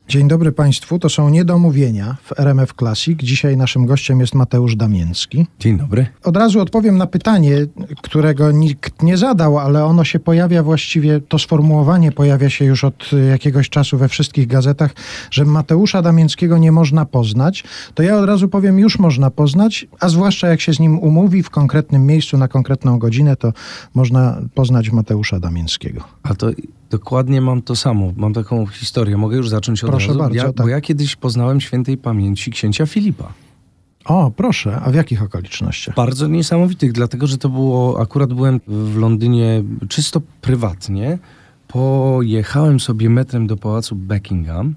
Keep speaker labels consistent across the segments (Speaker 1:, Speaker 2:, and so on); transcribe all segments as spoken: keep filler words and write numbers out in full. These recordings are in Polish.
Speaker 1: Dzień dobry Państwu, to są Niedomówienia w R M F Classic. Dzisiaj naszym gościem jest Mateusz Damiński.
Speaker 2: Dzień dobry.
Speaker 1: Od razu odpowiem na pytanie, którego nikt nie zadał, ale ono się pojawia właściwie, to sformułowanie pojawia się już od jakiegoś czasu we wszystkich gazetach, że Mateusza Damińskiego nie można poznać. To ja od razu powiem, już można poznać, a zwłaszcza jak się z nim umówi w konkretnym miejscu na konkretną godzinę, to można poznać Mateusza Damińskiego.
Speaker 2: A to dokładnie mam to samo. Mam taką historię. Mogę już zacząć od
Speaker 1: Proszę
Speaker 2: razu?
Speaker 1: bardzo,
Speaker 2: ja,
Speaker 1: tak.
Speaker 2: Bo ja kiedyś poznałem świętej pamięci księcia Filipa.
Speaker 1: O, proszę, a w jakich okolicznościach?
Speaker 2: Bardzo niesamowitych, dlatego że to było, akurat byłem w Londynie czysto prywatnie. Pojechałem sobie metrem do pałacu Buckingham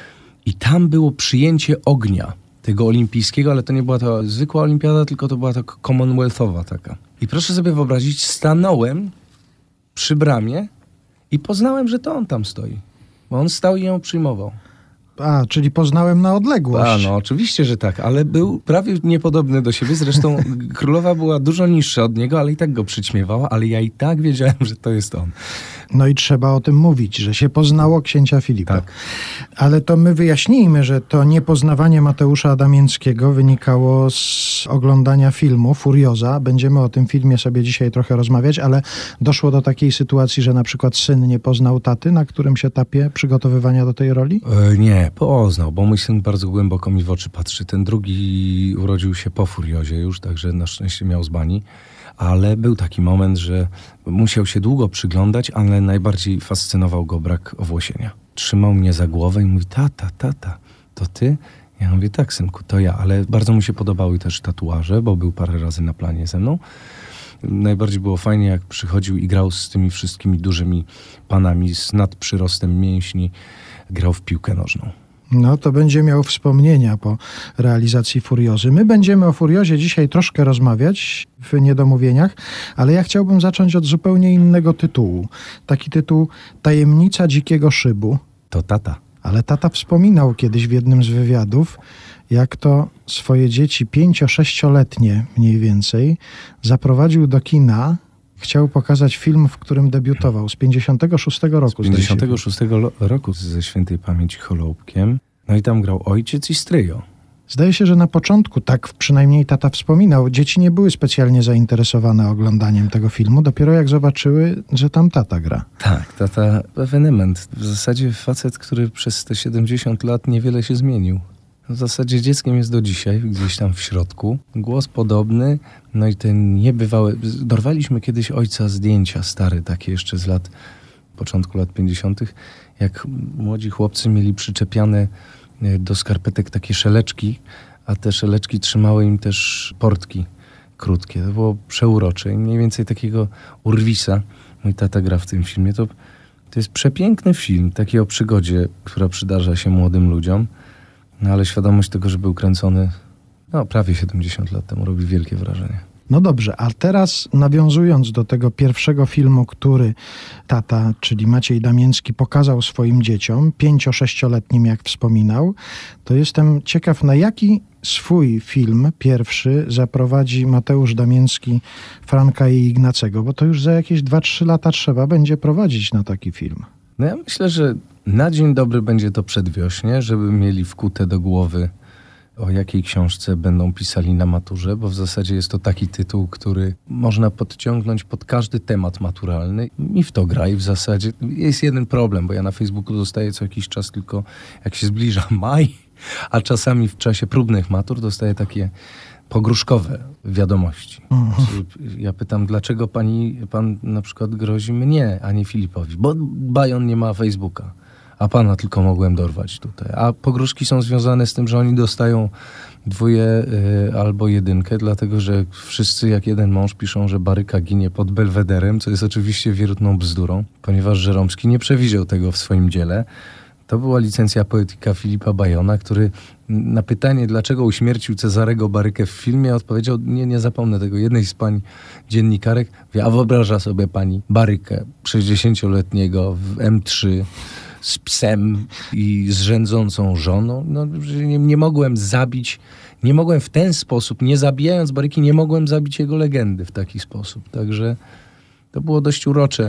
Speaker 2: i tam było przyjęcie ognia tego olimpijskiego, ale to nie była to zwykła olimpiada, tylko to była to commonwealthowa taka. I proszę sobie wyobrazić, stanąłem przy bramie i poznałem, że to on tam stoi. Bo on stał i ją przyjmował.
Speaker 1: A, czyli poznałem na odległość.
Speaker 2: A, no oczywiście, że tak, ale był prawie niepodobny do siebie. Zresztą królowa była dużo niższa od niego, ale i tak go przyćmiewała, ale ja i tak wiedziałem, że to jest on.
Speaker 1: No i trzeba o tym mówić, że się poznało księcia Filipa.
Speaker 2: Tak.
Speaker 1: Ale to my wyjaśnijmy, że to niepoznawanie Mateusza Damińskiego wynikało z oglądania filmu Furioza. Będziemy o tym filmie sobie dzisiaj trochę rozmawiać, ale doszło do takiej sytuacji, że na przykład syn nie poznał taty na którymś etapie przygotowywania do tej roli?
Speaker 2: E, nie, poznał, bo mój syn bardzo głęboko mi w oczy patrzy. Ten drugi urodził się po Furiozie już, także na szczęście miał z bani. Ale był taki moment, że musiał się długo przyglądać, ale najbardziej fascynował go brak owłosienia. Trzymał mnie za głowę i mówi: tata, tata, to ty? Ja mówię: tak, synku, to ja. Ale bardzo mu się podobały też tatuaże, bo był parę razy na planie ze mną. Najbardziej było fajnie, jak przychodził i grał z tymi wszystkimi dużymi panami z nadprzyrostem mięśni. Grał w piłkę nożną.
Speaker 1: No to będzie miał wspomnienia po realizacji Furiozy. My będziemy o Furiozie dzisiaj troszkę rozmawiać w Niedomówieniach, ale ja chciałbym zacząć od zupełnie innego tytułu. Taki tytuł Tajemnica dzikiego szybu.
Speaker 2: To tata.
Speaker 1: Ale tata wspominał kiedyś w jednym z wywiadów, jak to swoje dzieci pięcio-sześcioletnie mniej więcej zaprowadził do kina. Chciał pokazać film, w którym debiutował z pięćdziesiątego szóstego roku.
Speaker 2: Z pięćdziesiątego szóstego roku ze świętej pamięci Choloupkiem. No i tam grał ojciec i stryjo.
Speaker 1: Zdaje się, że na początku, tak przynajmniej tata wspominał, dzieci nie były specjalnie zainteresowane oglądaniem tego filmu, dopiero jak zobaczyły, że tam tata gra.
Speaker 2: Tak, tata ewenement. W zasadzie facet, który przez te siedemdziesiąt lat niewiele się zmienił. W zasadzie dzieckiem jest do dzisiaj, gdzieś tam w środku. Głos podobny, no i ten niebywały... Dorwaliśmy kiedyś ojca zdjęcia stare, takie jeszcze z lat, początku lat pięćdziesiątych, jak młodzi chłopcy mieli przyczepiane do skarpetek takie szeleczki, a te szeleczki trzymały im też portki krótkie. To było przeurocze i mniej więcej takiego urwisa mój tata gra w tym filmie. To, to jest przepiękny film, taki o przygodzie, która przydarza się młodym ludziom. No ale świadomość tego, że był kręcony no, prawie siedemdziesiąt lat temu, robi wielkie wrażenie.
Speaker 1: No dobrze, a teraz nawiązując do tego pierwszego filmu, który tata, czyli Maciej Damiński, pokazał swoim dzieciom, pięcio-sześcioletnim jak wspominał, to jestem ciekaw, na jaki swój film pierwszy zaprowadzi Mateusz Damiński Franka i Ignacego, bo to już za jakieś dwa trzy lata trzeba będzie prowadzić na taki film.
Speaker 2: No ja myślę, że na dzień dobry będzie to przedwiośnie, żeby mieli wkute do głowy, o jakiej książce będą pisali na maturze, bo w zasadzie jest to taki tytuł, który można podciągnąć pod każdy temat maturalny. Mi w to gra i w zasadzie jest jeden problem, bo ja na Facebooku dostaję co jakiś czas tylko, jak się zbliża maj, a czasami w czasie próbnych matur dostaję takie pogróżkowe wiadomości. Mhm. Ja pytam, dlaczego pani, pan na przykład grozi mnie, a nie Filipowi? Bo Bajon nie ma Facebooka, a pana tylko mogłem dorwać tutaj. A pogróżki są związane z tym, że oni dostają dwóje y, albo jedynkę, dlatego że wszyscy jak jeden mąż piszą, że Baryka ginie pod Belwederem, co jest oczywiście wierutną bzdurą, ponieważ Żeromski nie przewidział tego w swoim dziele. To była licencja poetyka Filipa Bajona, który na pytanie, dlaczego uśmiercił Cezarego Barykę w filmie, odpowiedział: nie, nie zapomnę tego. Jednej z pań dziennikarek, a wyobraża sobie pani Barykę, sześćdziesięcioletniego w em trzy z psem i z rzędzącą żoną. No, nie, nie mogłem zabić, nie mogłem w ten sposób, nie zabijając Baryki, nie mogłem zabić jego legendy w taki sposób. Także to było dość urocze.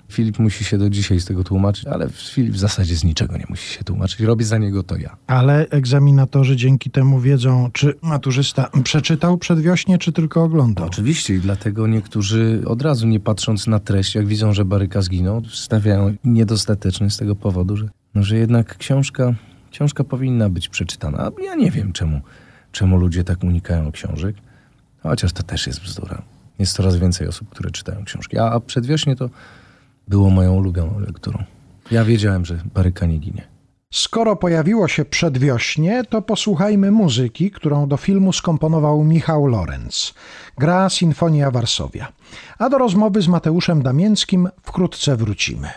Speaker 2: Filip musi się do dzisiaj z tego tłumaczyć, ale Filip w zasadzie z niczego nie musi się tłumaczyć. Robię za niego to ja.
Speaker 1: Ale egzaminatorzy dzięki temu wiedzą, czy maturzysta przeczytał Przedwiośnie, czy tylko oglądał.
Speaker 2: No, oczywiście i dlatego niektórzy od razu, nie patrząc na treść, jak widzą, że Baryka zginął, stawiają niedostateczny z tego powodu, że, no, że jednak książka, książka powinna być przeczytana. A ja nie wiem, czemu, czemu ludzie tak unikają książek. Chociaż to też jest bzdura. Jest coraz więcej osób, które czytają książki. A, a Przedwiośnie to było moją ulubioną lekturą. Ja wiedziałem, że Baryka nie ginie.
Speaker 1: Skoro pojawiło się Przedwiośnie, to posłuchajmy muzyki, którą do filmu skomponował Michał Lorenz. Gra Sinfonia Varsovia. A do rozmowy z Mateuszem Damięckim wkrótce wrócimy.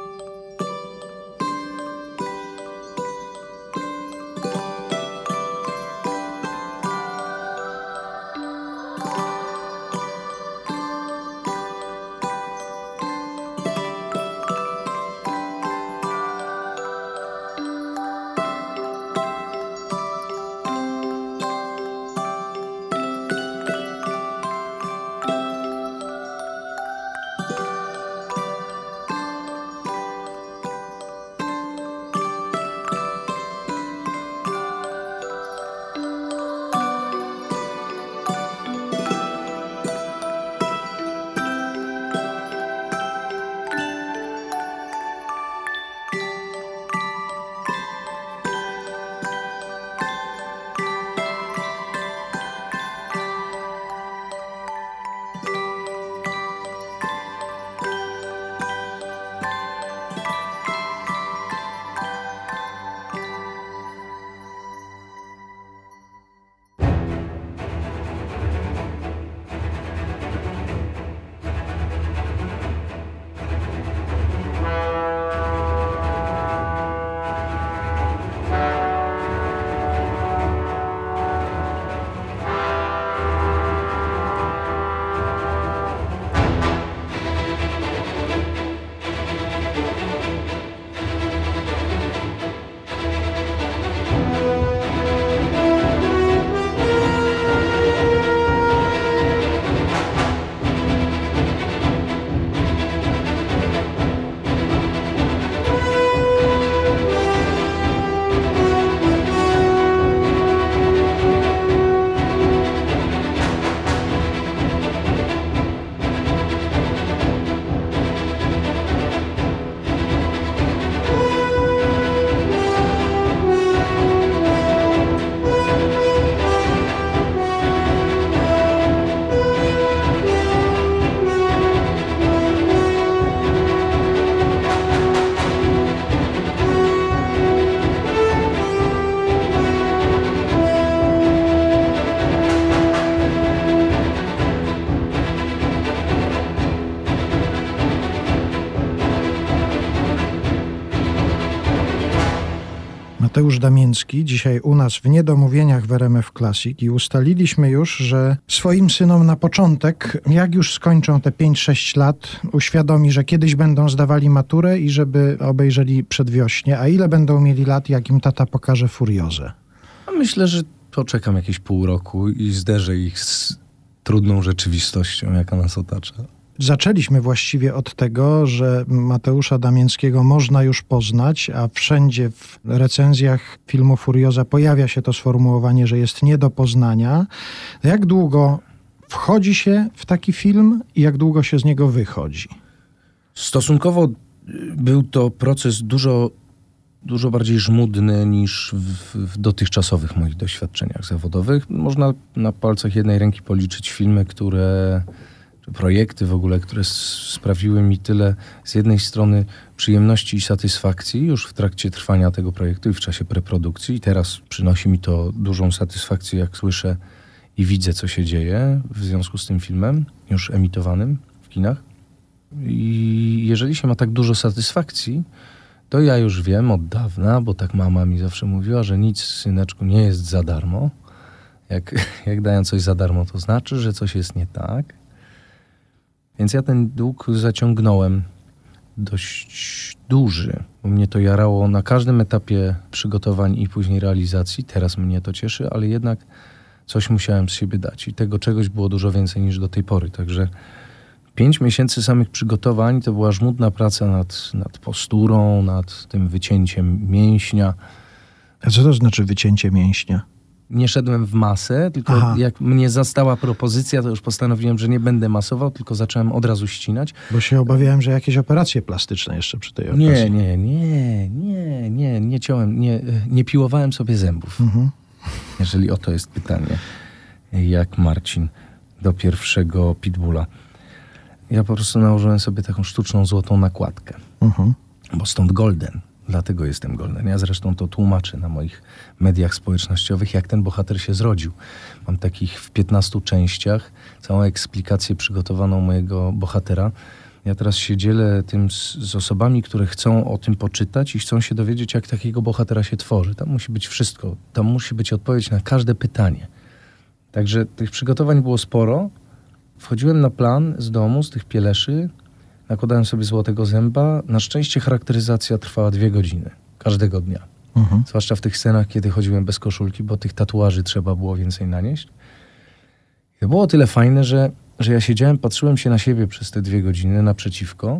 Speaker 1: Mateusz Damięcki, dzisiaj u nas w Niedomówieniach w R M F Classic i ustaliliśmy już, że swoim synom na początek, jak już skończą te pięć sześć lat, uświadomi, że kiedyś będą zdawali maturę i żeby obejrzeli Przedwiośnie, a ile będą mieli lat, jak im tata pokaże Furiozę?
Speaker 2: Myślę, że poczekam jakieś pół roku i zderzę ich z trudną rzeczywistością, jaka nas otacza.
Speaker 1: Zaczęliśmy właściwie od tego, że Mateusza Damięckiego można już poznać, a wszędzie w recenzjach filmu Furioza pojawia się to sformułowanie, że jest nie do poznania. Jak długo wchodzi się w taki film i jak długo się z niego wychodzi?
Speaker 2: Stosunkowo był to proces dużo, dużo bardziej żmudny niż w, w dotychczasowych moich doświadczeniach zawodowych. Można na palcach jednej ręki policzyć filmy, które... projekty w ogóle, które sprawiły mi tyle z jednej strony przyjemności i satysfakcji już w trakcie trwania tego projektu i w czasie preprodukcji. I teraz przynosi mi to dużą satysfakcję, jak słyszę i widzę, co się dzieje w związku z tym filmem, już emitowanym w kinach. I jeżeli się ma tak dużo satysfakcji, to ja już wiem od dawna, bo tak mama mi zawsze mówiła, że nic, syneczku, nie jest za darmo. Jak, jak dają coś za darmo, to znaczy, że coś jest nie tak. Więc ja ten dług zaciągnąłem dość duży, bo mnie to jarało na każdym etapie przygotowań i później realizacji. Teraz mnie to cieszy, ale jednak coś musiałem z siebie dać i tego czegoś było dużo więcej niż do tej pory. Także Pięć miesięcy samych przygotowań to była żmudna praca nad, nad posturą, nad tym wycięciem mięśnia.
Speaker 1: A co to znaczy wycięcie mięśnia?
Speaker 2: Nie szedłem w masę, tylko
Speaker 1: Aha.
Speaker 2: jak mnie zastała propozycja, to już postanowiłem, że nie będę masował, tylko zacząłem od razu ścinać.
Speaker 1: Bo się obawiałem, że jakieś operacje plastyczne jeszcze przy tej okazji.
Speaker 2: Nie, nie, nie, nie, nie, nie ciąłem, nie, nie piłowałem sobie zębów.
Speaker 1: Mhm.
Speaker 2: Jeżeli o to jest pytanie, jak Marcin do pierwszego Pitbulla. Ja po prostu nałożyłem sobie taką sztuczną złotą nakładkę,
Speaker 1: Mhm.
Speaker 2: bo stąd Golden. Dlatego jestem Golden. Ja zresztą to tłumaczę na moich mediach społecznościowych, jak ten bohater się zrodził. Mam takich w piętnastu częściach całą eksplikację przygotowaną mojego bohatera. Ja teraz się dzielę tym z, z osobami, które chcą o tym poczytać i chcą się dowiedzieć, jak takiego bohatera się tworzy. Tam musi być wszystko. Tam musi być odpowiedź na każde pytanie. Także tych przygotowań było sporo. Wchodziłem na plan z domu, z tych pieleszy. Nakładałem sobie złotego zęba. Na szczęście charakteryzacja trwała dwie godziny. Każdego dnia.
Speaker 1: Mhm.
Speaker 2: Zwłaszcza w tych scenach, kiedy chodziłem bez koszulki, bo tych tatuaży trzeba było więcej nanieść. I to było tyle fajne, że, że ja siedziałem, patrzyłem się na siebie przez te dwie godziny naprzeciwko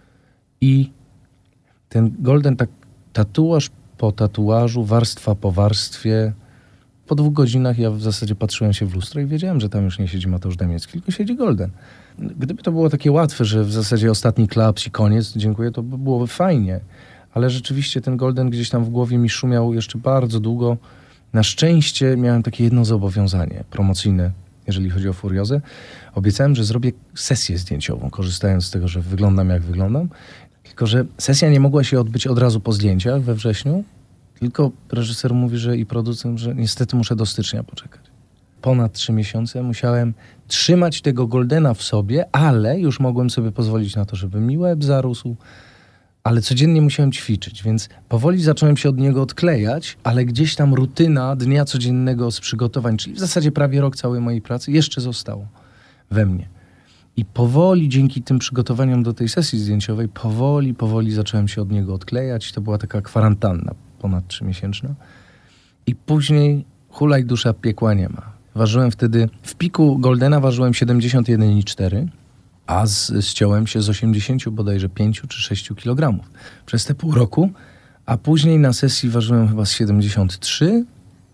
Speaker 2: i ten Golden, tak tatuaż po tatuażu, warstwa po warstwie. Po dwóch godzinach ja w zasadzie patrzyłem się w lustro i wiedziałem, że tam już nie siedzi Mateusz Damiecki, tylko siedzi Golden. Gdyby to było takie łatwe, że w zasadzie ostatni klaps i koniec, dziękuję, to by byłoby fajnie. Ale rzeczywiście ten Golden gdzieś tam w głowie mi szumiał jeszcze bardzo długo. Na szczęście miałem takie jedno zobowiązanie promocyjne, jeżeli chodzi o Furiozę. Obiecałem, że zrobię sesję zdjęciową, korzystając z tego, że wyglądam jak wyglądam. Tylko że sesja nie mogła się odbyć od razu po zdjęciach we wrześniu, tylko reżyser mówi, że i producent, że niestety muszę do stycznia poczekać. Ponad trzy miesiące musiałem trzymać tego Goldena w sobie, ale już mogłem sobie pozwolić na to, żeby mi łeb zarósł, ale codziennie musiałem ćwiczyć, więc powoli zacząłem się od niego odklejać, ale gdzieś tam rutyna dnia codziennego z przygotowań, czyli w zasadzie prawie rok całej mojej pracy, jeszcze zostało we mnie. I powoli dzięki tym przygotowaniom do tej sesji zdjęciowej, powoli, powoli zacząłem się od niego odklejać. To była taka kwarantanna ponad trzymiesięczna. I później hulaj dusza, piekła nie ma. Ważyłem wtedy, w piku Goldena ważyłem siedemdziesiąt jeden i cztery, a z, ściąłem się z osiemdziesiąt bodajże pięć czy sześć kilogramów przez te pół roku, a później na sesji ważyłem chyba z siedemdziesiąt trzy.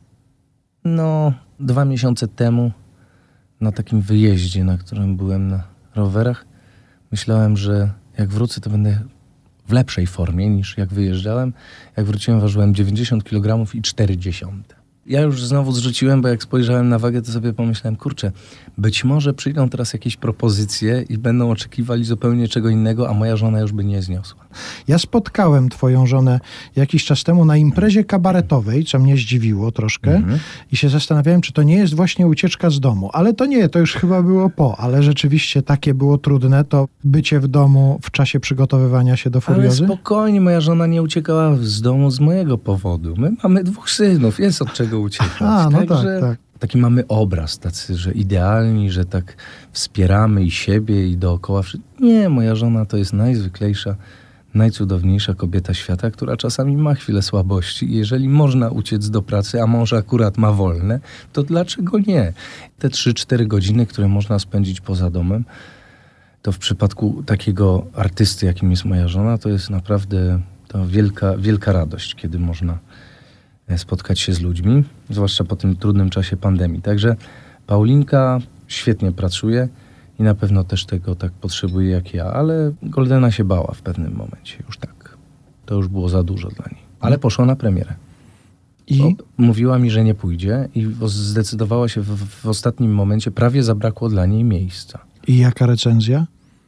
Speaker 2: No, dwa miesiące temu na takim wyjeździe, na którym byłem na rowerach, myślałem, że jak wrócę, to będę w lepszej formie niż jak wyjeżdżałem. Jak wróciłem, ważyłem dziewięćdziesiąt kilogramów i cztery dziesiąte. Ja już znowu zrzuciłem, bo jak spojrzałem na wagę, to sobie pomyślałem, kurczę, być może przyjdą teraz jakieś propozycje i będą oczekiwali zupełnie czego innego, a moja żona już by nie zniosła.
Speaker 1: Ja spotkałem twoją żonę jakiś czas temu na imprezie kabaretowej, co mnie zdziwiło troszkę mhm. i się zastanawiałem, czy to nie jest właśnie ucieczka z domu. Ale to nie, to już chyba było po, ale rzeczywiście takie było trudne, to bycie w domu w czasie przygotowywania się do Furiozy?
Speaker 2: Ale spokojnie, moja żona nie uciekała z domu z mojego powodu. My mamy dwóch synów, jest od czego uciekać.
Speaker 1: A, no
Speaker 2: Także
Speaker 1: tak, tak.
Speaker 2: Taki mamy obraz tacy, że idealni, że tak wspieramy i siebie i dookoła. Nie, moja żona to jest najzwyklejsza, najcudowniejsza kobieta świata, która czasami ma chwilę słabości i jeżeli można uciec do pracy, a mąż akurat ma wolne, to dlaczego nie? Te trzy cztery godziny, które można spędzić poza domem, to w przypadku takiego artysty, jakim jest moja żona, to jest naprawdę to wielka, wielka radość, kiedy można spotkać się z ludźmi, zwłaszcza po tym trudnym czasie pandemii. Także Paulinka świetnie pracuje i na pewno też tego tak potrzebuje jak ja, ale Goldena się bała w pewnym momencie, już tak. To już było za dużo dla niej. Ale poszła na premierę.
Speaker 1: I?
Speaker 2: O, mówiła mi, że nie pójdzie i zdecydowała się w, w ostatnim momencie, prawie zabrakło dla niej miejsca.
Speaker 1: I jaka recenzja?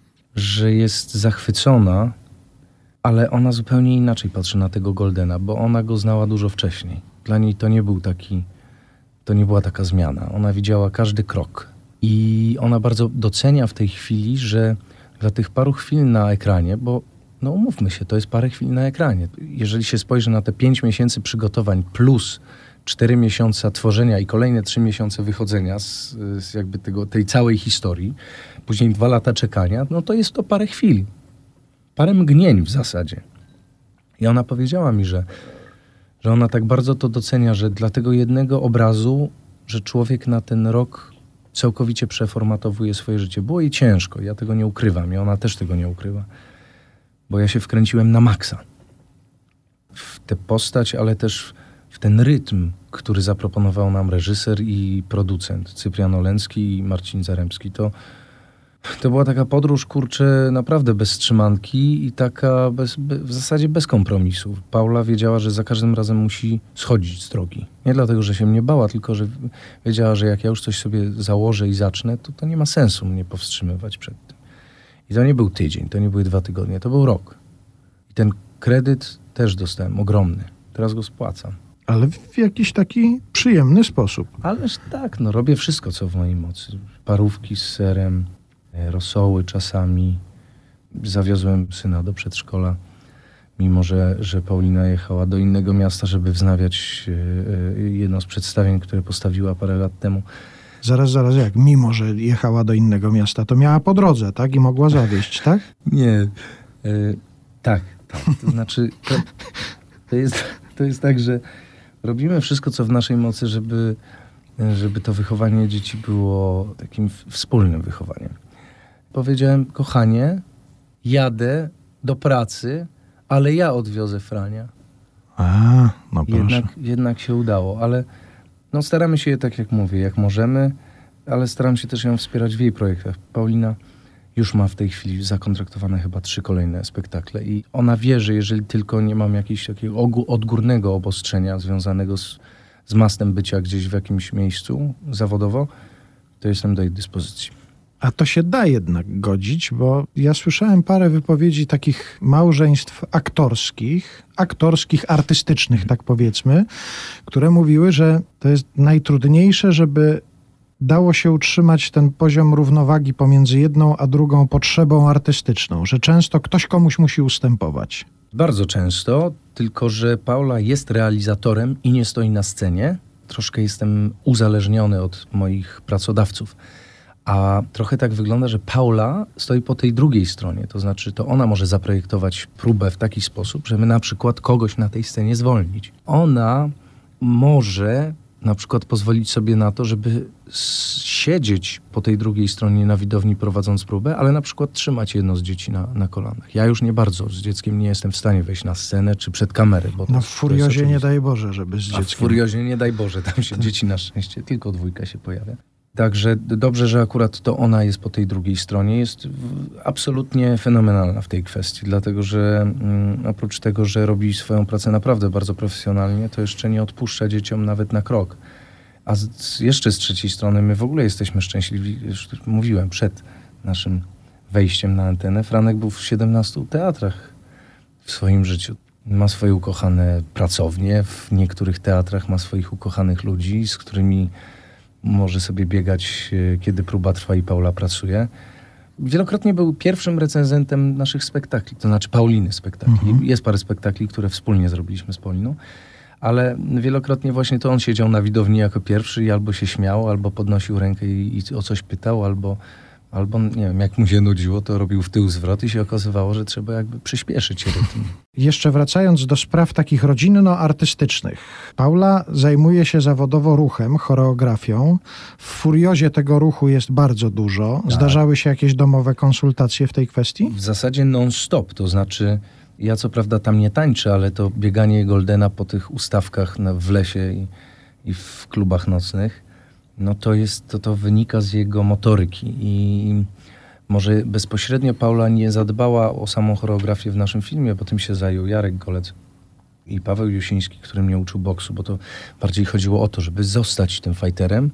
Speaker 2: Że jest zachwycona, ale ona zupełnie inaczej patrzy na tego Goldena, bo ona go znała dużo wcześniej. Dla niej to nie był taki, to nie była taka zmiana. Ona widziała każdy krok. I ona bardzo docenia w tej chwili, że dla tych paru chwil na ekranie, bo no umówmy się, to jest parę chwil na ekranie. Jeżeli się spojrzy na te pięć miesięcy przygotowań plus cztery miesiące tworzenia i kolejne trzy miesiące wychodzenia z, z jakby tego, tej całej historii, później dwa lata czekania, no to jest to parę chwil. Parę mgnień w zasadzie. I ona powiedziała mi, że, że ona tak bardzo to docenia, że dla tego jednego obrazu, że człowiek na ten rok całkowicie przeformatowuje swoje życie. Było jej ciężko, ja tego nie ukrywam i ona też tego nie ukrywa. Bo ja się wkręciłem na maksa. W tę postać, ale też w ten rytm, który zaproponował nam reżyser i producent Cyprian Olęcki i Marcin Zaremski. To, to była taka podróż, kurczę, naprawdę bez trzymanki i taka bez, be, w zasadzie bez kompromisów. Paula wiedziała, że za każdym razem musi schodzić z drogi. Nie dlatego, że się mnie bała, tylko że wiedziała, że jak ja już coś sobie założę i zacznę, to to nie ma sensu mnie powstrzymywać przed tym. I to nie był tydzień, to nie były dwa tygodnie, to był rok. I ten kredyt też dostałem, ogromny. Teraz go spłacam.
Speaker 1: Ale w jakiś taki przyjemny sposób.
Speaker 2: Ależ tak, no robię wszystko, co w mojej mocy. Parówki z serem, rosoły czasami. Zawiozłem syna do przedszkola, mimo że, że Paulina jechała do innego miasta, żeby wznawiać jedno z przedstawień, które postawiła parę lat temu.
Speaker 1: Zaraz, zaraz, jak? Mimo, że jechała do innego miasta, to miała po drodze, tak? I mogła zawieźć, tak?
Speaker 2: Nie. Y- tak, tak. To znaczy, to, to, jest, to jest tak, że robimy wszystko, co w naszej mocy, żeby, żeby to wychowanie dzieci było takim wspólnym wychowaniem. Powiedziałem, kochanie, jadę do pracy, ale ja odwiozę Frania.
Speaker 1: A, no proszę.
Speaker 2: Jednak, jednak się udało, ale no staramy się, tak jak mówię, jak możemy, ale staram się też ją wspierać w jej projektach. Paulina już ma w tej chwili zakontraktowane chyba trzy kolejne spektakle i ona wie, że jeżeli tylko nie mam jakiegoś takiego odgórnego obostrzenia związanego z, z mastem bycia gdzieś w jakimś miejscu zawodowo, to jestem do jej dyspozycji.
Speaker 1: A to się da jednak godzić, bo ja słyszałem parę wypowiedzi takich małżeństw aktorskich, aktorskich, artystycznych, tak powiedzmy, które mówiły, że to jest najtrudniejsze, żeby dało się utrzymać ten poziom równowagi pomiędzy jedną a drugą potrzebą artystyczną, że często ktoś komuś musi ustępować.
Speaker 2: Bardzo często, tylko że Paula jest realizatorem i nie stoi na scenie. Troszkę jestem uzależniony od moich pracodawców. A trochę tak wygląda, że Paula stoi po tej drugiej stronie. To znaczy, to ona może zaprojektować próbę w taki sposób, żeby na przykład kogoś na tej scenie zwolnić. Ona może na przykład pozwolić sobie na to, żeby siedzieć po tej drugiej stronie na widowni prowadząc próbę, ale na przykład trzymać jedno z dzieci na, na kolanach. Ja już nie bardzo z dzieckiem nie jestem w stanie wejść na scenę czy przed kamerę. Bo
Speaker 1: no
Speaker 2: to,
Speaker 1: w Furiozie nie daj Boże, żeby z dzieckiem.
Speaker 2: A w Furiozie nie daj Boże, tam się dzieci na szczęście, tylko dwójka się pojawia. Także dobrze, że akurat to ona jest po tej drugiej stronie. Jest absolutnie fenomenalna w tej kwestii, dlatego że mm, oprócz tego, że robi swoją pracę naprawdę bardzo profesjonalnie, to jeszcze nie odpuszcza dzieciom nawet na krok. A z, jeszcze z trzeciej strony my w ogóle jesteśmy szczęśliwi, już mówiłem przed naszym wejściem na antenę, Franek był w siedemnastu teatrach w swoim życiu. Ma swoje ukochane pracownie, w niektórych teatrach ma swoich ukochanych ludzi, z którymi może sobie biegać, kiedy próba trwa i Paula pracuje. Wielokrotnie był pierwszym recenzentem naszych spektakli, to znaczy Pauliny spektakli. Mhm. Jest parę spektakli, które wspólnie zrobiliśmy z Pauliną, ale wielokrotnie właśnie to on siedział na widowni jako pierwszy i albo się śmiał, albo podnosił rękę i, i o coś pytał, albo, albo nie wiem, jak mu się nudziło, to robił w tył zwrot i się okazywało, że trzeba jakby przyspieszyć rytm.
Speaker 1: Jeszcze wracając do spraw takich rodzinno-artystycznych. Paula zajmuje się zawodowo ruchem, choreografią. W Furiozie tego ruchu jest bardzo dużo.
Speaker 2: Tak.
Speaker 1: Zdarzały się jakieś domowe konsultacje w tej kwestii?
Speaker 2: W zasadzie non-stop, to znaczy ja co prawda tam nie tańczę, ale to bieganie Goldena po tych ustawkach na, w lesie i, i w klubach nocnych, no to jest, to, to wynika z jego motoryki i może bezpośrednio Paula nie zadbała o samą choreografię w naszym filmie, bo tym się zajął Jarek Golec i Paweł Jusiński, który mnie uczył boksu, bo to bardziej chodziło o to, żeby zostać tym fighterem.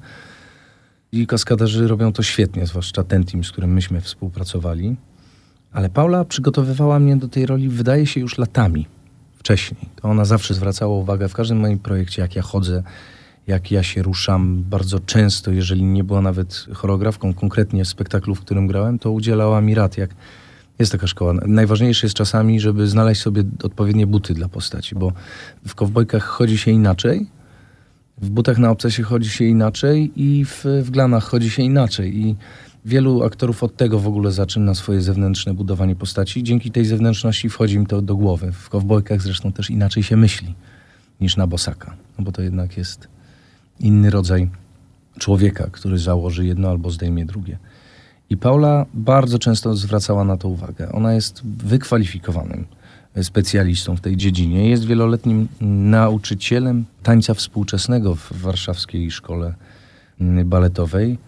Speaker 2: I kaskaderzy robią to świetnie, zwłaszcza ten team, z którym myśmy współpracowali. Ale Paula przygotowywała mnie do tej roli, wydaje się, już latami wcześniej. To ona zawsze zwracała uwagę w każdym moim projekcie, jak ja chodzę, jak ja się ruszam. Bardzo często, jeżeli nie była nawet choreografką konkretnie w spektaklu, w którym grałem, to udzielała mi rad, jak jest taka szkoła. Najważniejsze jest czasami, żeby znaleźć sobie odpowiednie buty dla postaci, bo w kowbojkach chodzi się inaczej, w butach na obcasie chodzi się inaczej i w, w glanach chodzi się inaczej. I wielu aktorów od tego w ogóle zaczyna swoje zewnętrzne budowanie postaci. Dzięki tej zewnętrzności wchodzi im to do głowy. W kowbojkach zresztą też inaczej się myśli niż na bosaka, no bo to jednak jest inny rodzaj człowieka, który założy jedno albo zdejmie drugie. I Paula bardzo często zwracała na to uwagę. Ona jest wykwalifikowanym specjalistą w tej dziedzinie. Jest wieloletnim nauczycielem tańca współczesnego w warszawskiej szkole baletowej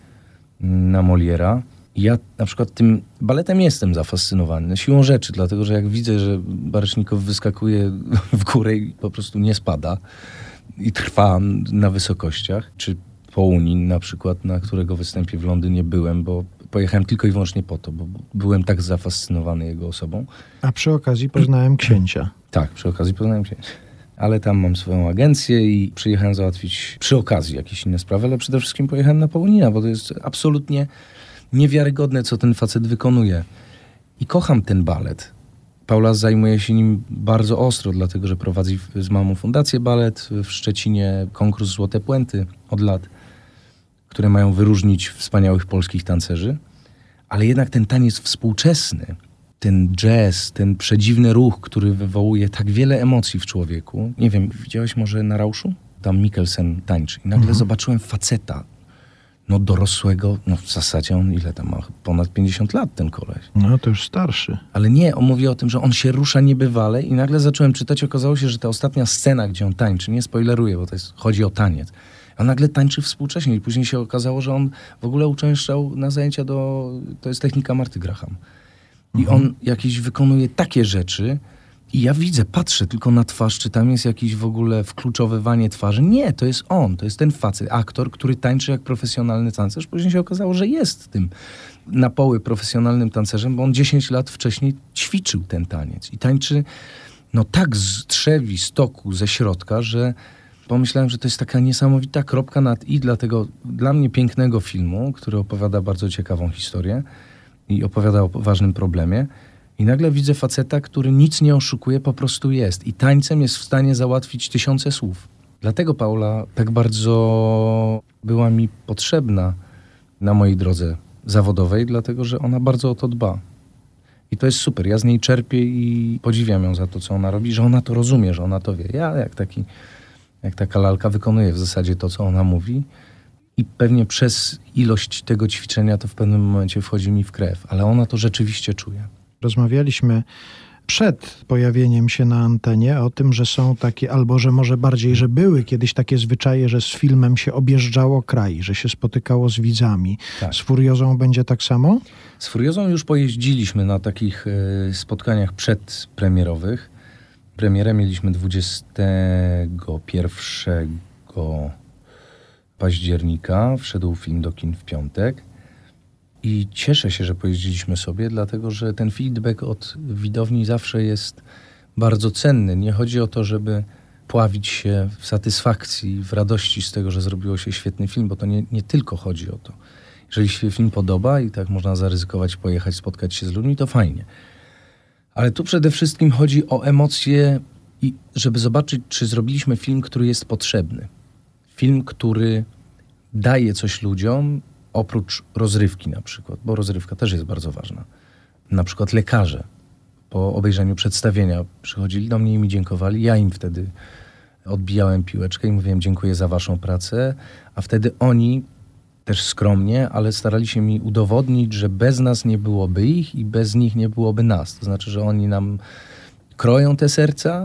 Speaker 2: na Moliera. Ja na przykład tym baletem jestem zafascynowany siłą rzeczy, dlatego że jak widzę, że Baryšnikow wyskakuje w górę i po prostu nie spada i trwa na wysokościach, czy Pounin na przykład, na którego występie w Londynie byłem, bo pojechałem tylko i wyłącznie po to, bo byłem tak zafascynowany jego osobą.
Speaker 1: A przy okazji poznałem księcia.
Speaker 2: Tak, przy okazji poznałem księcia. Ale tam mam swoją agencję i przyjechałem załatwić przy okazji jakieś inne sprawy, ale przede wszystkim pojechałem na Pounina, bo to jest absolutnie niewiarygodne, co ten facet wykonuje. I kocham ten balet. Paula zajmuje się nim bardzo ostro, dlatego że prowadzi z mamą Fundację Balet w Szczecinie, konkurs Złote Puenty od lat, które mają wyróżnić wspaniałych polskich tancerzy. Ale jednak ten taniec współczesny, ten jazz, ten przedziwny ruch, który wywołuje tak wiele emocji w człowieku. Nie wiem, widziałeś może na Rauszu? Tam Mikkelsen tańczy. I nagle mhm. zobaczyłem faceta, no dorosłego, no w zasadzie on ile tam ma? Ponad pięćdziesiąt lat ten koleś.
Speaker 1: No to już starszy.
Speaker 2: Ale nie, on mówi o tym, że on się rusza niebywale i nagle zacząłem czytać, okazało się, że ta ostatnia scena, gdzie on tańczy, nie spoileruję, bo to jest, chodzi o taniec, a nagle tańczy współcześnie i później się okazało, że on w ogóle uczęszczał na zajęcia do, to jest technika Marty Graham. I mhm. on jakieś wykonuje takie rzeczy i ja widzę, patrzę tylko na twarz, czy tam jest jakieś w ogóle wkluczowywanie twarzy. Nie, to jest on, to jest ten facet, aktor, który tańczy jak profesjonalny tancerz. Później się okazało, że jest tym na poły profesjonalnym tancerzem, bo on dziesięć lat wcześniej ćwiczył ten taniec i tańczy no tak z trzewi, stoku, ze środka, że pomyślałem, że to jest taka niesamowita kropka nad i dla tego, dla mnie pięknego filmu, który opowiada bardzo ciekawą historię i opowiada o ważnym problemie. I nagle widzę faceta, który nic nie oszukuje, po prostu jest. I tańcem jest w stanie załatwić tysiące słów. Dlatego Paula tak bardzo była mi potrzebna na mojej drodze zawodowej, dlatego że ona bardzo o to dba. I to jest super. Ja z niej czerpię i podziwiam ją za to, co ona robi, że ona to rozumie, że ona to wie. Ja jak taki, jak taka lalka wykonuję w zasadzie to, co ona mówi. I pewnie przez ilość tego ćwiczenia to w pewnym momencie wchodzi mi w krew. Ale ona to rzeczywiście czuje.
Speaker 1: Rozmawialiśmy przed pojawieniem się na antenie o tym, że są takie, albo że może bardziej, że były kiedyś takie zwyczaje, że z filmem się objeżdżało kraj, że się spotykało z widzami. Tak. Z Furiozą będzie tak samo?
Speaker 2: Z Furiozą już pojeździliśmy na takich y, spotkaniach przedpremierowych. Premierę mieliśmy dwudziestego pierwszego października. Wszedł film do kin w piątek. I cieszę się, że pojeździliśmy sobie, dlatego że ten feedback od widowni zawsze jest bardzo cenny. Nie chodzi o to, żeby pławić się w satysfakcji, w radości z tego, że zrobiło się świetny film, bo to nie, nie tylko chodzi o to. Jeżeli się film podoba i tak można zaryzykować, pojechać, spotkać się z ludźmi, to fajnie. Ale tu przede wszystkim chodzi o emocje i żeby zobaczyć, czy zrobiliśmy film, który jest potrzebny. Film, który daje coś ludziom, oprócz rozrywki na przykład, bo rozrywka też jest bardzo ważna. Na przykład lekarze po obejrzeniu przedstawienia przychodzili do mnie i mi dziękowali. Ja im wtedy odbijałem piłeczkę i mówiłem dziękuję za waszą pracę, a wtedy oni też skromnie, ale starali się mi udowodnić, że bez nas nie byłoby ich i bez nich nie byłoby nas. To znaczy, że oni nam kroją te serca,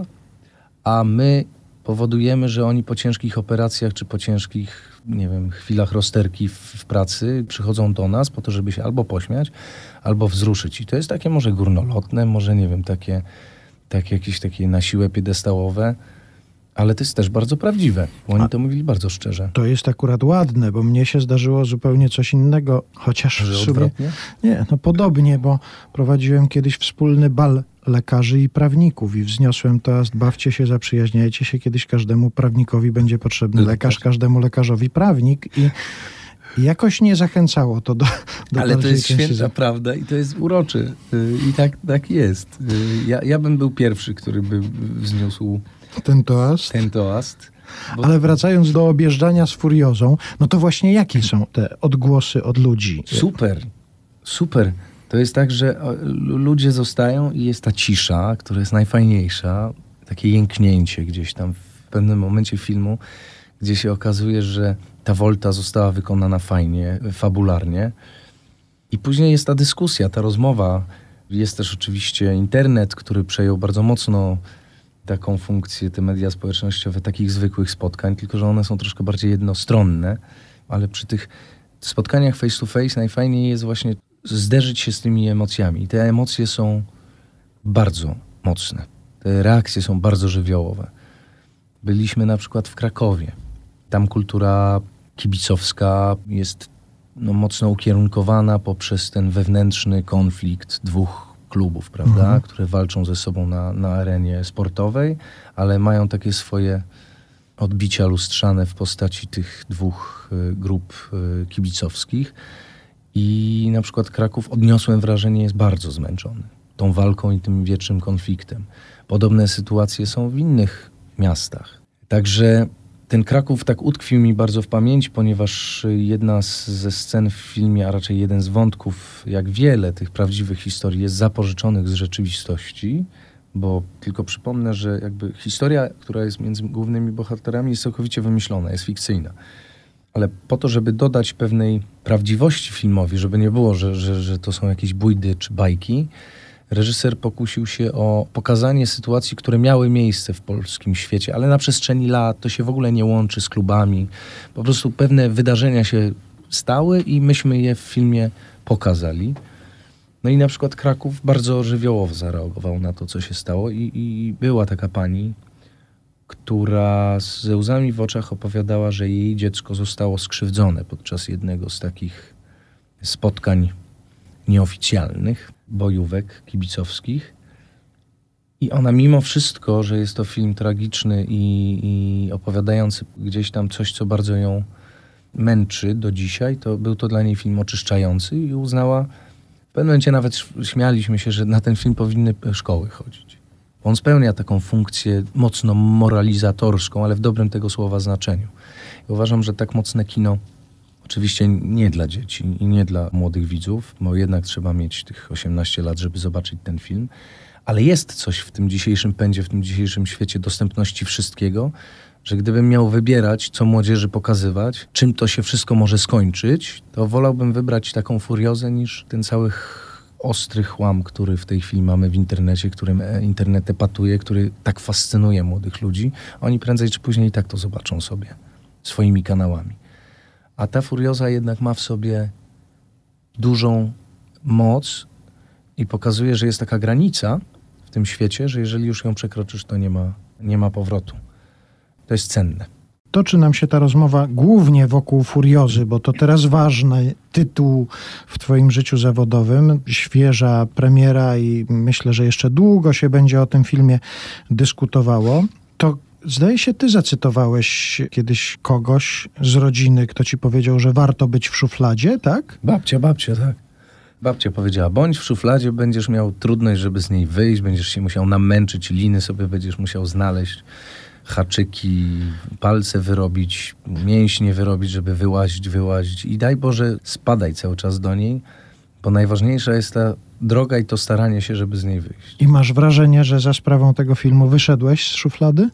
Speaker 2: a my powodujemy, że oni po ciężkich operacjach czy po ciężkich, nie wiem, chwilach rozterki w, w pracy przychodzą do nas po to, żeby się albo pośmiać, albo wzruszyć. I to jest takie może górnolotne, może nie wiem, takie, takie jakieś takie na siłę piedestałowe, ale to jest też bardzo prawdziwe, bo oni A to mówili bardzo szczerze.
Speaker 1: To jest akurat ładne, bo mnie się zdarzyło zupełnie coś innego, chociaż
Speaker 2: Że
Speaker 1: w sumie...
Speaker 2: odwrotnie?
Speaker 1: Nie, no podobnie, bo prowadziłem kiedyś wspólny bal lekarzy i prawników i wzniosłem toast, bawcie się, zaprzyjaźniajcie się, kiedyś każdemu prawnikowi będzie potrzebny lekarz, lekarz każdemu lekarzowi prawnik i jakoś nie zachęcało to do, do
Speaker 2: Ale to jest
Speaker 1: części.
Speaker 2: święta prawda i to jest urocze. I tak, tak jest. Ja, ja bym był pierwszy, który by wzniósł
Speaker 1: ten toast.
Speaker 2: Ten toast. Bo...
Speaker 1: Ale wracając do objeżdżania z Furiozą, no to właśnie jakie są te odgłosy od ludzi?
Speaker 2: Super, super. To jest tak, że ludzie zostają i jest ta cisza, która jest najfajniejsza. Takie jęknięcie gdzieś tam w pewnym momencie filmu, gdzie się okazuje, że ta wolta została wykonana fajnie, fabularnie. I później jest ta dyskusja, ta rozmowa. Jest też oczywiście internet, który przejął bardzo mocno taką funkcję, te media społecznościowe, takich zwykłych spotkań, tylko że one są troszkę bardziej jednostronne, ale przy tych spotkaniach face to face najfajniej jest właśnie zderzyć się z tymi emocjami. I te emocje są bardzo mocne. Te reakcje są bardzo żywiołowe. Byliśmy na przykład w Krakowie. Tam kultura kibicowska jest no, mocno ukierunkowana poprzez ten wewnętrzny konflikt dwóch klubów, prawda, mhm. które walczą ze sobą na, na arenie sportowej, ale mają takie swoje odbicia lustrzane w postaci tych dwóch y, grup y, kibicowskich. I na przykład Kraków, odniosłem wrażenie, jest bardzo zmęczony tą walką i tym wiecznym konfliktem. Podobne sytuacje są w innych miastach. Także ten Kraków tak utkwił mi bardzo w pamięci, ponieważ jedna z, ze scen w filmie, a raczej jeden z wątków, jak wiele tych prawdziwych historii, jest zapożyczonych z rzeczywistości, bo tylko przypomnę, że jakby historia, która jest między głównymi bohaterami, jest całkowicie wymyślona, jest fikcyjna. Ale po to, żeby dodać pewnej prawdziwości filmowi, żeby nie było, że, że, że to są jakieś bójdy czy bajki, reżyser pokusił się o pokazanie sytuacji, które miały miejsce w polskim świecie, ale na przestrzeni lat to się w ogóle nie łączy z klubami. Po prostu pewne wydarzenia się stały i myśmy je w filmie pokazali. No i na przykład Kraków bardzo żywiołowo zareagował na to, co się stało i, i była taka pani, która ze łzami w oczach opowiadała, że jej dziecko zostało skrzywdzone podczas jednego z takich spotkań nieoficjalnych, bojówek kibicowskich. I ona mimo wszystko, że jest to film tragiczny i, i opowiadający gdzieś tam coś, co bardzo ją męczy do dzisiaj, to był to dla niej film oczyszczający i uznała, w pewnym momencie nawet śmialiśmy się, że na ten film powinny szkoły chodzić. On spełnia taką funkcję mocno moralizatorską, ale w dobrym tego słowa znaczeniu. I uważam, że tak mocne kino, oczywiście nie dla dzieci i nie dla młodych widzów, bo jednak trzeba mieć tych osiemnaście lat, żeby zobaczyć ten film, ale jest coś w tym dzisiejszym pędzie, w tym dzisiejszym świecie dostępności wszystkiego, że gdybym miał wybierać, co młodzieży pokazywać, czym to się wszystko może skończyć, to wolałbym wybrać taką furiozę niż ten cały ostry chłam, który w tej chwili mamy w internecie, którym internet epatuje, który tak fascynuje młodych ludzi. Oni prędzej czy później i tak to zobaczą sobie swoimi kanałami. A ta furioza jednak ma w sobie dużą moc i pokazuje, że jest taka granica w tym świecie, że jeżeli już ją przekroczysz, to nie ma, nie ma powrotu. To jest cenne.
Speaker 1: Toczy nam się ta rozmowa głównie wokół Furiozy, bo to teraz ważny tytuł w twoim życiu zawodowym, świeża premiera i myślę, że jeszcze długo się będzie o tym filmie dyskutowało. To zdaje się, ty zacytowałeś kiedyś kogoś z rodziny, kto ci powiedział, że warto być w szufladzie, tak?
Speaker 2: Babcia, babcia, tak. Babcia powiedziała, bądź w szufladzie, będziesz miał trudność, żeby z niej wyjść, będziesz się musiał namęczyć, liny sobie będziesz musiał znaleźć, haczyki, palce wyrobić, mięśnie wyrobić, żeby wyłazić, wyłazić. I daj Boże, spadaj cały czas do niej, bo najważniejsza jest ta droga i to staranie się, żeby z niej wyjść.
Speaker 1: I masz wrażenie, że za sprawą tego filmu wyszedłeś z szuflady?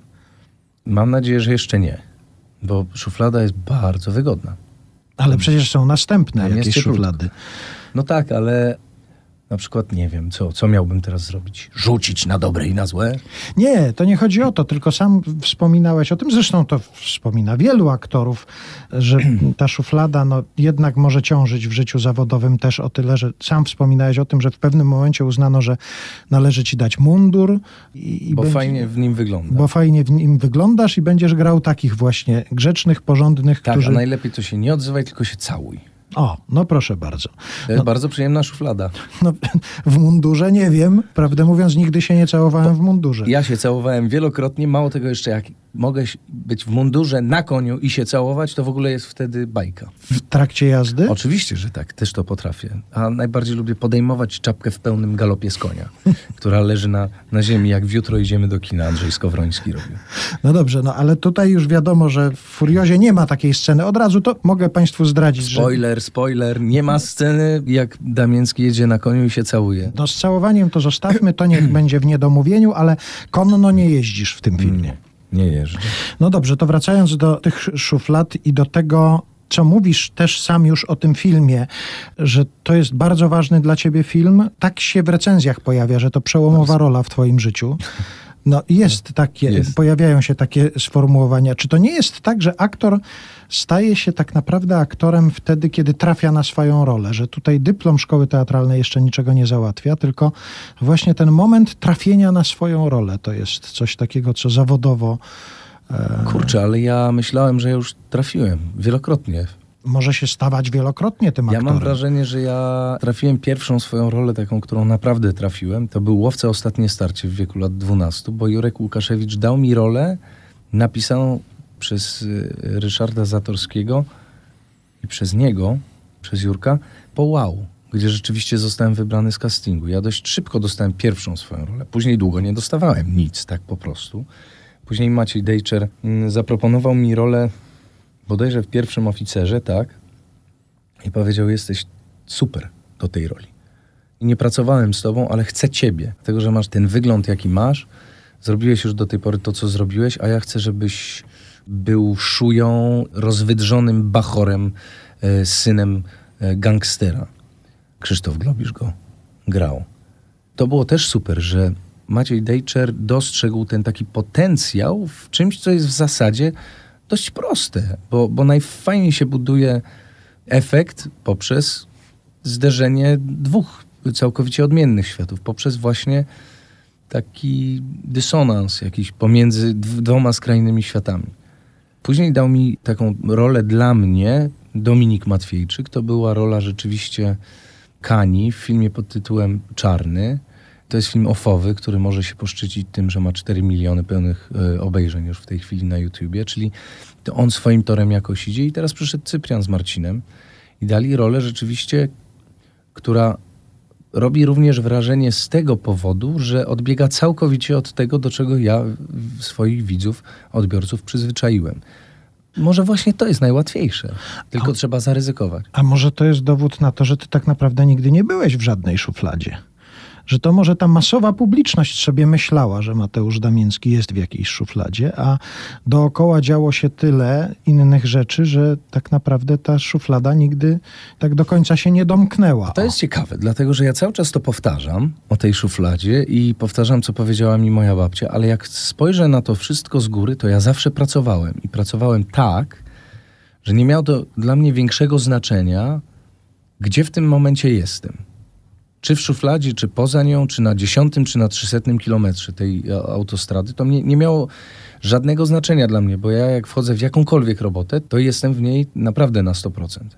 Speaker 2: Mam nadzieję, że jeszcze nie, bo szuflada jest bardzo wygodna.
Speaker 1: Ale przecież są następne
Speaker 2: Tam
Speaker 1: jakieś szuflady.
Speaker 2: No tak, ale na przykład nie wiem, co, co miałbym teraz zrobić? Rzucić na dobre i na złe?
Speaker 1: Nie, to nie chodzi o to, tylko sam wspominałeś o tym, zresztą to wspomina wielu aktorów, że ta szuflada no, jednak może ciążyć w życiu zawodowym też o tyle, że sam wspominałeś o tym, że w pewnym momencie uznano, że należy ci dać mundur. I, i
Speaker 2: bo
Speaker 1: będzie,
Speaker 2: fajnie w nim wygląda.
Speaker 1: Bo fajnie w nim wyglądasz i będziesz grał takich właśnie grzecznych, porządnych,
Speaker 2: tak,
Speaker 1: którzy...
Speaker 2: a najlepiej to się nie odzywaj, tylko się całuj.
Speaker 1: O, no proszę bardzo.
Speaker 2: To jest
Speaker 1: no,
Speaker 2: bardzo przyjemna szuflada.
Speaker 1: No, w mundurze nie wiem. Prawdę mówiąc, nigdy się nie całowałem w mundurze.
Speaker 2: Ja się całowałem wielokrotnie. Mało tego jeszcze, jak mogę być w mundurze na koniu i się całować, to w ogóle jest wtedy bajka.
Speaker 1: W trakcie jazdy?
Speaker 2: Oczywiście, że tak. Też to potrafię. A najbardziej lubię podejmować czapkę w pełnym galopie z konia, która leży na, na ziemi, jak w Jutro idziemy do kina. Andrzej Skowroński robił.
Speaker 1: No dobrze, no ale tutaj już wiadomo, że w Furiozie nie ma takiej sceny. Od razu to mogę państwu zdradzić,
Speaker 2: Spoiler,
Speaker 1: że...
Speaker 2: spoiler. Nie ma sceny, jak Damiński jedzie na koniu i się całuje.
Speaker 1: No z całowaniem to zostawmy, to niech będzie w niedomówieniu, ale konno nie jeździsz w tym filmie.
Speaker 2: Nie jeżdżę.
Speaker 1: No dobrze, to wracając do tych szuflad i do tego, co mówisz też sam już o tym filmie, że to jest bardzo ważny dla ciebie film, tak się w recenzjach pojawia, że to przełomowa rola w twoim życiu. No jest takie, jest. Pojawiają się takie sformułowania. Czy to nie jest tak, że aktor staje się tak naprawdę aktorem wtedy, kiedy trafia na swoją rolę, że tutaj dyplom szkoły teatralnej jeszcze niczego nie załatwia, tylko właśnie ten moment trafienia na swoją rolę to jest coś takiego, co zawodowo... E...
Speaker 2: Kurczę, ale ja myślałem, że ja już trafiłem wielokrotnie.
Speaker 1: Może się stawać wielokrotnie tym aktorem.
Speaker 2: Ja mam wrażenie, że ja trafiłem pierwszą swoją rolę, taką, którą naprawdę trafiłem. To był Łowca Ostatnie Starcie w wieku lat dwunastu, bo Jurek Łukaszewicz dał mi rolę napisaną przez Ryszarda Zatorskiego i przez niego, przez Jurka, po Wow, gdzie rzeczywiście zostałem wybrany z castingu. Ja dość szybko dostałem pierwszą swoją rolę. Później długo nie dostawałem nic, tak po prostu. Później Maciej Dejczer zaproponował mi rolę bodajże w Pierwszym Oficerze, tak? I powiedział, jesteś super do tej roli. I nie pracowałem z tobą, ale chcę ciebie. Dlatego, że masz ten wygląd, jaki masz. Zrobiłeś już do tej pory to, co zrobiłeś, a ja chcę, żebyś był szują, rozwydrzonym bachorem, e, synem e, gangstera. Krzysztof Globisz go grał. To było też super, że Maciej Dejczer dostrzegł ten taki potencjał w czymś, co jest w zasadzie dość proste, bo, bo najfajniej się buduje efekt poprzez zderzenie dwóch całkowicie odmiennych światów, poprzez właśnie taki dysonans jakiś pomiędzy dwoma skrajnymi światami. Później dał mi taką rolę dla mnie Dominik Matwiejczyk. To była rola rzeczywiście Kani w filmie pod tytułem Czarny. To jest film ofowy, który może się poszczycić tym, że ma cztery miliony pełnych y, obejrzeń już w tej chwili na YouTubie, czyli to on swoim torem jakoś idzie i teraz przyszedł Cyprian z Marcinem i dali rolę rzeczywiście, która robi również wrażenie z tego powodu, że odbiega całkowicie od tego, do czego ja swoich widzów, odbiorców przyzwyczaiłem. Może właśnie to jest najłatwiejsze, tylko a, trzeba zaryzykować.
Speaker 1: A może to jest dowód na to, że ty tak naprawdę nigdy nie byłeś w żadnej szufladzie? Że to może ta masowa publiczność sobie myślała, że Mateusz Damiński jest w jakiejś szufladzie, a dookoła działo się tyle innych rzeczy, że tak naprawdę ta szuflada nigdy tak do końca się nie domknęła.
Speaker 2: To jest ciekawe, dlatego że ja cały czas to powtarzam o tej szufladzie i powtarzam, co powiedziała mi moja babcia, ale jak spojrzę na to wszystko z góry, to ja zawsze pracowałem i pracowałem tak, że nie miało to dla mnie większego znaczenia, gdzie w tym momencie jestem. Czy w szufladzie, czy poza nią, czy na dziesiątym, czy na trzysetnym kilometrze tej autostrady, to mnie nie miało żadnego znaczenia dla mnie, bo ja jak wchodzę w jakąkolwiek robotę, to jestem w niej naprawdę na sto procent.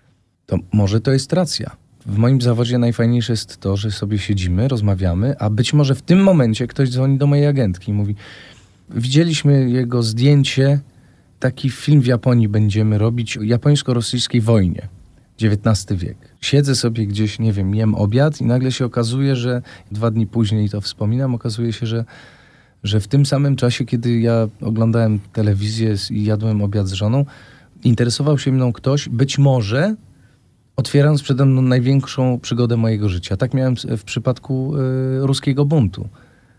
Speaker 2: To może to jest racja. W moim zawodzie najfajniejsze jest to, że sobie siedzimy, rozmawiamy, a być może w tym momencie ktoś dzwoni do mojej agentki i mówi, widzieliśmy jego zdjęcie, taki film w Japonii będziemy robić o japońsko-rosyjskiej wojnie. dziewiętnasty wiek. Siedzę sobie gdzieś, nie wiem, jem obiad i nagle się okazuje, że dwa dni później to wspominam, okazuje się, że, że w tym samym czasie, kiedy ja oglądałem telewizję i jadłem obiad z żoną, interesował się mną ktoś, być może otwierając przede mną największą przygodę mojego życia. Tak miałem w przypadku y, ruskiego buntu.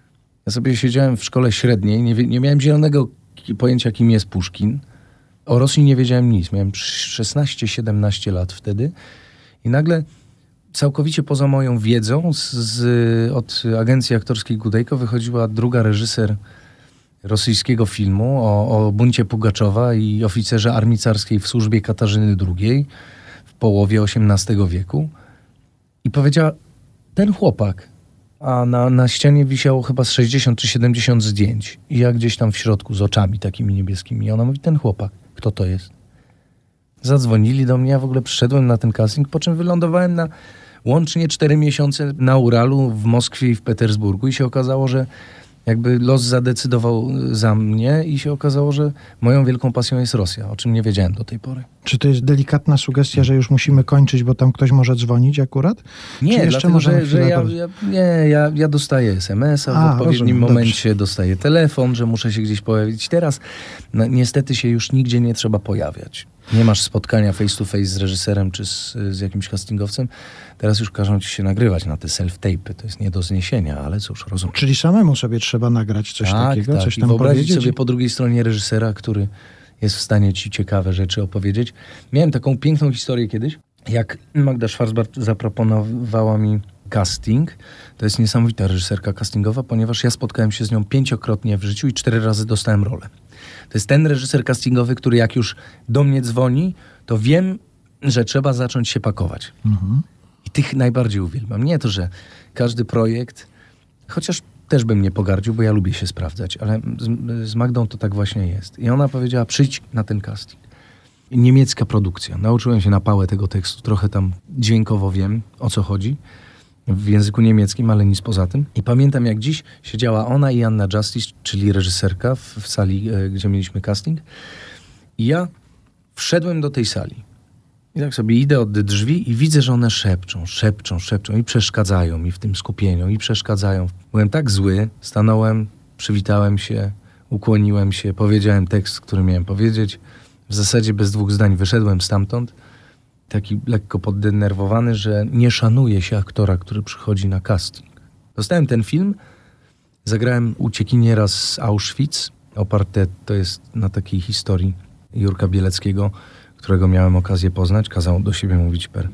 Speaker 2: Ja sobie siedziałem w szkole średniej, nie, nie miałem zielonego pojęcia, kim jest Puszkin. O Rosji nie wiedziałem nic. Miałem szesnaście siedemnaście lat wtedy i nagle całkowicie poza moją wiedzą z, z, od agencji aktorskiej Gudejko wychodziła druga reżyser rosyjskiego filmu o, o buncie Pugaczowa i oficerze armii carskiej w służbie Katarzyny drugiej w połowie osiemnastego wieku i powiedziała, ten chłopak, a na, na ścianie wisiało chyba z sześćdziesiąt czy siedemdziesiąt zdjęć i ja gdzieś tam w środku z oczami takimi niebieskimi i ona mówi, ten chłopak. Kto to jest? Zadzwonili do mnie, ja w ogóle przyszedłem na ten casting, po czym wylądowałem na łącznie cztery miesiące na Uralu, w Moskwie i w Petersburgu i się okazało, że jakby los zadecydował za mnie i się okazało, że moją wielką pasją jest Rosja, o czym nie wiedziałem do tej pory.
Speaker 1: Czy to jest delikatna sugestia, że już musimy kończyć, bo tam ktoś może dzwonić akurat?
Speaker 2: Nie,
Speaker 1: Czy
Speaker 2: dlatego, że, że ja, ja, nie, ja, ja dostaję es em es a, a w odpowiednim rozumiem, momencie, dobrze. Dostaję telefon, że muszę się gdzieś pojawić. Teraz no, niestety się już nigdzie nie trzeba pojawiać. Nie masz spotkania face to face z reżyserem czy z, z jakimś castingowcem. Teraz już każą ci się nagrywać na te self-tape'y. To jest nie do zniesienia, ale cóż, rozumiem.
Speaker 1: Czyli samemu sobie trzeba nagrać coś
Speaker 2: tak,
Speaker 1: takiego?
Speaker 2: Tak,
Speaker 1: coś
Speaker 2: i
Speaker 1: tam
Speaker 2: wyobrazić
Speaker 1: powiedzieć?
Speaker 2: sobie po drugiej stronie reżysera, który jest w stanie ci ciekawe rzeczy opowiedzieć. Miałem taką piękną historię kiedyś, jak Magda Schwarzbart zaproponowała mi casting. To jest niesamowita reżyserka castingowa, ponieważ ja spotkałem się z nią pięciokrotnie w życiu i cztery razy dostałem rolę. To jest ten reżyser castingowy, który jak już do mnie dzwoni, to wiem, że trzeba zacząć się pakować. Mhm. I tych najbardziej uwielbiam. Nie to, że każdy projekt, chociaż też bym nie pogardził, bo ja lubię się sprawdzać, ale z, z Magdą to tak właśnie jest. I ona powiedziała, przyjdź na ten casting. Niemiecka produkcja. Nauczyłem się na pałę tego tekstu, trochę tam dźwiękowo wiem, o co chodzi. W języku niemieckim, ale nic poza tym. I pamiętam, jak dziś siedziała ona i Anna Justice, czyli reżyserka w, w sali, e, gdzie mieliśmy casting. I ja wszedłem do tej sali. I tak sobie idę od drzwi i widzę, że one szepczą, szepczą, szepczą i przeszkadzają mi w tym skupieniu i przeszkadzają. Byłem tak zły, stanąłem, przywitałem się, ukłoniłem się, powiedziałem tekst, który miałem powiedzieć. W zasadzie bez dwóch zdań wyszedłem stamtąd. Taki lekko poddenerwowany, że nie szanuje się aktora, który przychodzi na casting. Dostałem ten film, zagrałem uciekiniera z Auschwitz, oparte to jest na takiej historii Jurka Bieleckiego, którego miałem okazję poznać. Kazał do siebie mówić per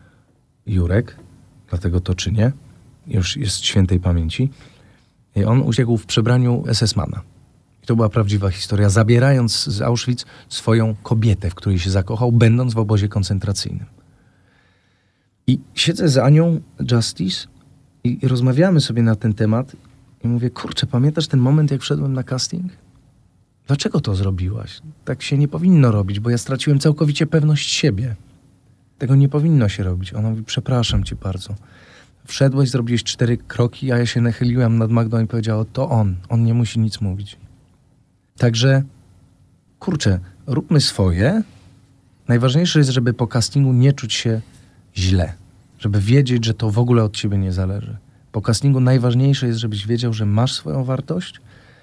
Speaker 2: Jurek, dlatego to czynię. Już jest świętej pamięci. I on uciekł w przebraniu esesmana. I to była prawdziwa historia, zabierając z Auschwitz swoją kobietę, w której się zakochał, będąc w obozie koncentracyjnym. I siedzę z Anią Justice i rozmawiamy sobie na ten temat i mówię, kurczę, pamiętasz ten moment, jak wszedłem na casting? Dlaczego to zrobiłaś? Tak się nie powinno robić, bo ja straciłem całkowicie pewność siebie. Tego nie powinno się robić. Ona mówi, przepraszam cię bardzo. Wszedłeś, zrobiłeś cztery kroki, a ja się nachyliłem nad Magdą i powiedziała, to on. On nie musi nic mówić. Także, kurczę, róbmy swoje. Najważniejsze jest, żeby po castingu nie czuć się źle. Żeby wiedzieć, że to w ogóle od ciebie nie zależy. Po castingu najważniejsze jest, żebyś wiedział, że masz swoją wartość.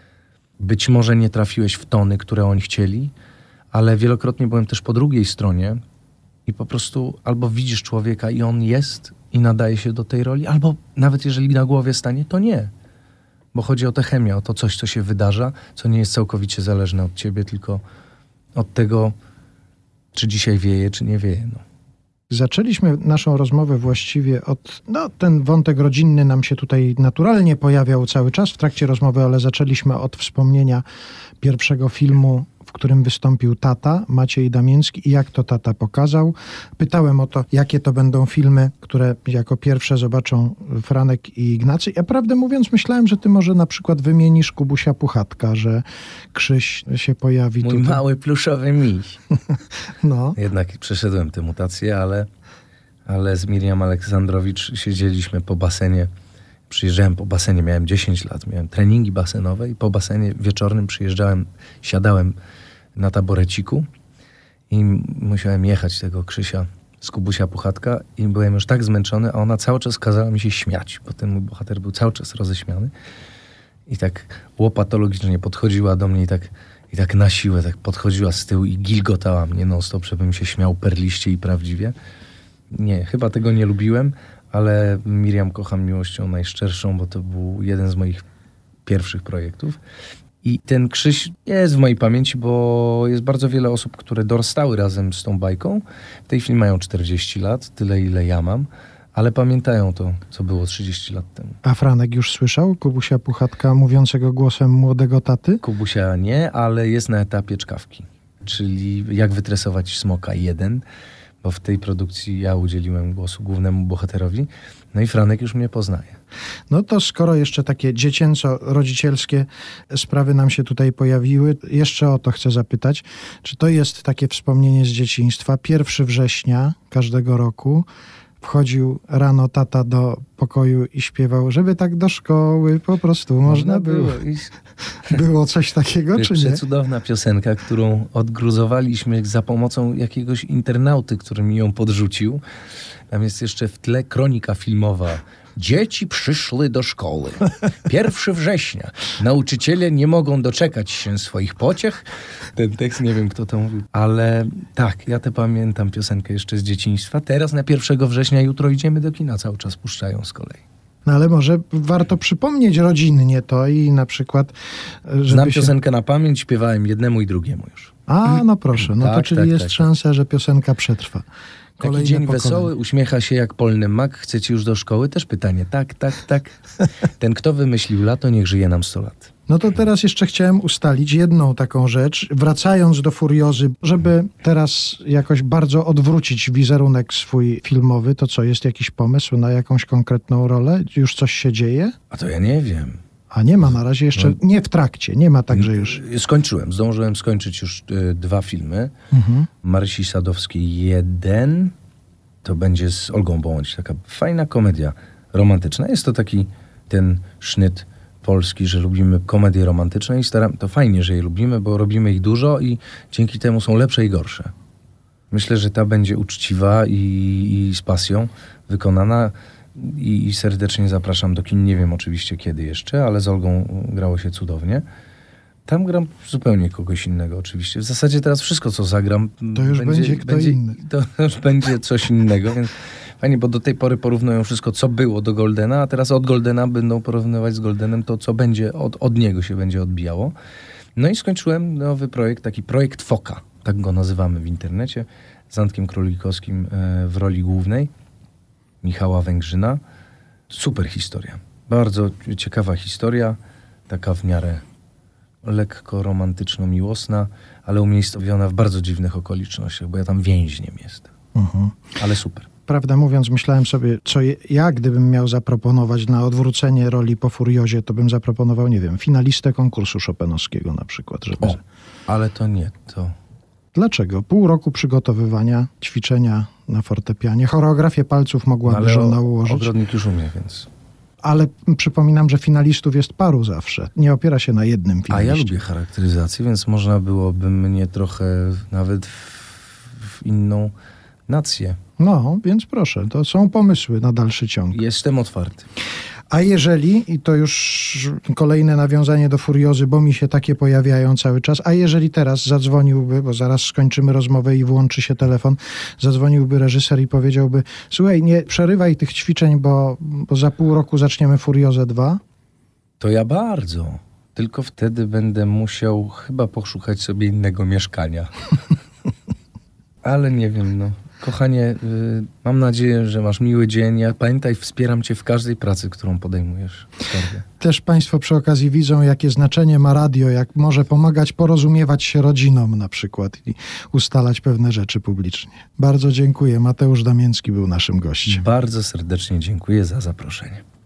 Speaker 2: Być może nie trafiłeś w tony, które oni chcieli, ale wielokrotnie byłem też po drugiej stronie i po prostu albo widzisz człowieka i on jest i nadaje się do tej roli, albo nawet jeżeli na głowie stanie, to nie. Bo chodzi o tę chemię, o to coś, co się wydarza, co nie jest całkowicie zależne od ciebie, tylko od tego, czy dzisiaj wieje, czy nie wieje. No.
Speaker 1: Zaczęliśmy naszą rozmowę właściwie od... No, ten wątek rodzinny nam się tutaj naturalnie pojawiał cały czas w trakcie rozmowy, ale zaczęliśmy od wspomnienia pierwszego filmu, w którym wystąpił tata, Maciej Damiński, i jak to tata pokazał. Pytałem o to, jakie to będą filmy, które jako pierwsze zobaczą Franek i Ignacy. Ja prawdę mówiąc myślałem, że ty może na przykład wymienisz Kubusia Puchatka, że Krzyś się pojawi
Speaker 2: Mój
Speaker 1: tutaj.
Speaker 2: mały pluszowy miś.
Speaker 1: No.
Speaker 2: Jednak przeszedłem tę mutację, ale, ale z Miriam Aleksandrowicz siedzieliśmy po basenie. Przyjeżdżałem po basenie, miałem dziesięć lat, miałem treningi basenowe i po basenie wieczornym przyjeżdżałem, siadałem na taboreciku i musiałem jechać tego Krzysia z Kubusia Puchatka i byłem już tak zmęczony, a ona cały czas kazała mi się śmiać, bo ten mój bohater był cały czas roześmiany i tak łopatologicznie podchodziła do mnie i tak, i tak na siłę tak podchodziła z tyłu i gilgotała mnie non-stop, żebym się śmiał perliście i prawdziwie. Nie, chyba tego nie lubiłem, ale Miriam kocham miłością najszczerszą, bo to był jeden z moich pierwszych projektów. I ten Krzyś jest w mojej pamięci, bo jest bardzo wiele osób, które dorastały razem z tą bajką. W tej chwili mają czterdzieści lat, tyle ile ja mam, ale pamiętają to, co było trzydzieści lat temu.
Speaker 1: A Franek już słyszał Kubusia Puchatka mówiącego głosem młodego taty?
Speaker 2: Kubusia nie, ale jest na etapie czkawki, czyli jak wytresować smoka jeden, bo w tej produkcji ja udzieliłem głosu głównemu bohaterowi, no i Franek już mnie poznaje.
Speaker 1: No to skoro jeszcze takie dziecięco-rodzicielskie sprawy nam się tutaj pojawiły, jeszcze o to chcę zapytać, czy to jest takie wspomnienie z dzieciństwa, pierwszego września każdego roku, wchodził rano tata do pokoju i śpiewał, żeby tak do szkoły po prostu można, można było.
Speaker 2: iść.
Speaker 1: Było coś takiego, czy nie?
Speaker 2: Przecudowna piosenka, którą odgruzowaliśmy za pomocą jakiegoś internauty, który mi ją podrzucił. Tam jest jeszcze w tle kronika filmowa. Dzieci przyszły do szkoły. pierwszego września. Nauczyciele nie mogą doczekać się swoich pociech. Ten tekst, nie wiem kto to mówił. Ale tak, ja tę pamiętam piosenkę jeszcze z dzieciństwa. Teraz na pierwszego września, jutro idziemy do kina. Cały czas puszczają z kolei.
Speaker 1: No ale może warto przypomnieć rodzinnie to i na przykład... Żeby
Speaker 2: Znam
Speaker 1: się...
Speaker 2: piosenkę na pamięć, śpiewałem jednemu i drugiemu już.
Speaker 1: A, no proszę. No
Speaker 2: tak,
Speaker 1: to czyli
Speaker 2: tak,
Speaker 1: jest
Speaker 2: tak,
Speaker 1: szansa, że piosenka przetrwa.
Speaker 2: Kolejne Taki dzień pokolenie. Wesoły, uśmiecha się jak polny mak. Chcecie już do szkoły? Też pytanie. Tak, tak, tak. Ten, kto wymyślił lato, niech żyje nam sto lat.
Speaker 1: No to teraz jeszcze chciałem ustalić jedną taką rzecz, wracając do Furiozy, żeby teraz jakoś bardzo odwrócić wizerunek swój filmowy, to co, jest jakiś pomysł na jakąś konkretną rolę? Już coś się dzieje?
Speaker 2: A to ja nie wiem.
Speaker 1: A nie ma na razie jeszcze,
Speaker 2: no,
Speaker 1: nie w trakcie, nie ma tak, że już...
Speaker 2: Skończyłem, zdążyłem skończyć już y, dwa filmy.
Speaker 1: Mhm.
Speaker 2: Marysi Sadowskiej jeden, to będzie z Olgą Bołądź, taka fajna komedia romantyczna. Jest to taki ten sznyt polski, że lubimy komedie romantyczne i staram, to fajnie, że je lubimy, bo robimy ich dużo i dzięki temu są lepsze i gorsze. Myślę, że ta będzie uczciwa i, i z pasją wykonana. I, I serdecznie zapraszam do kin. Nie wiem oczywiście kiedy jeszcze, ale z Olgą grało się cudownie. Tam gram zupełnie kogoś innego oczywiście. W zasadzie teraz wszystko, co zagram...
Speaker 1: To już będzie, będzie kto będzie, inny.
Speaker 2: To już będzie coś innego, więc fajnie, bo do tej pory porównują wszystko, co było do Goldena, a teraz od Goldena będą porównywać z Goldenem to, co będzie, od, od niego się będzie odbijało. No i skończyłem nowy projekt, taki projekt Foka, tak go nazywamy w internecie, z Antkiem Królikowskim w roli głównej. Michała Węgrzyna. Super historia. Bardzo ciekawa historia. Taka w miarę lekko romantyczno-miłosna, ale umiejscowiona w bardzo dziwnych okolicznościach, bo ja tam więźniem jestem. Mhm. Ale super.
Speaker 1: Prawdę mówiąc, myślałem sobie, co je, ja gdybym miał zaproponować na odwrócenie roli po Furiozie, to bym zaproponował, nie wiem, finalistę konkursu chopinowskiego na przykład. Żeby...
Speaker 2: O, ale to nie, to...
Speaker 1: Dlaczego? Pół roku przygotowywania, ćwiczenia na fortepianie. Choreografię palców mogłaby
Speaker 2: ale
Speaker 1: żona
Speaker 2: o,
Speaker 1: ułożyć.
Speaker 2: Ogrodnik już umie, więc...
Speaker 1: Ale przypominam, że finalistów jest paru zawsze. Nie opiera się na jednym finaliście.
Speaker 2: A ja lubię charakteryzację, więc można byłoby mnie trochę nawet w, w inną nację.
Speaker 1: No, więc proszę, to są pomysły na dalszy ciąg.
Speaker 2: Jestem otwarty.
Speaker 1: A jeżeli, i to już kolejne nawiązanie do Furiozy, bo mi się takie pojawiają cały czas, a jeżeli teraz zadzwoniłby, bo zaraz skończymy rozmowę i włączy się telefon, zadzwoniłby reżyser i powiedziałby: słuchaj, nie przerywaj tych ćwiczeń, bo, bo za pół roku zaczniemy Furiozę dwa.
Speaker 2: To ja bardzo. Tylko wtedy będę musiał chyba poszukać sobie innego mieszkania. Ale nie wiem, no. Kochanie, yy, mam nadzieję, że masz miły dzień. Ja pamiętaj, wspieram cię w każdej pracy, którą podejmujesz. Skarbie.
Speaker 1: Też państwo przy okazji widzą, jakie znaczenie ma radio, jak może pomagać porozumiewać się rodzinom na przykład i ustalać pewne rzeczy publicznie. Bardzo dziękuję. Mateusz Damięcki był naszym gościem.
Speaker 2: Bardzo serdecznie dziękuję za zaproszenie.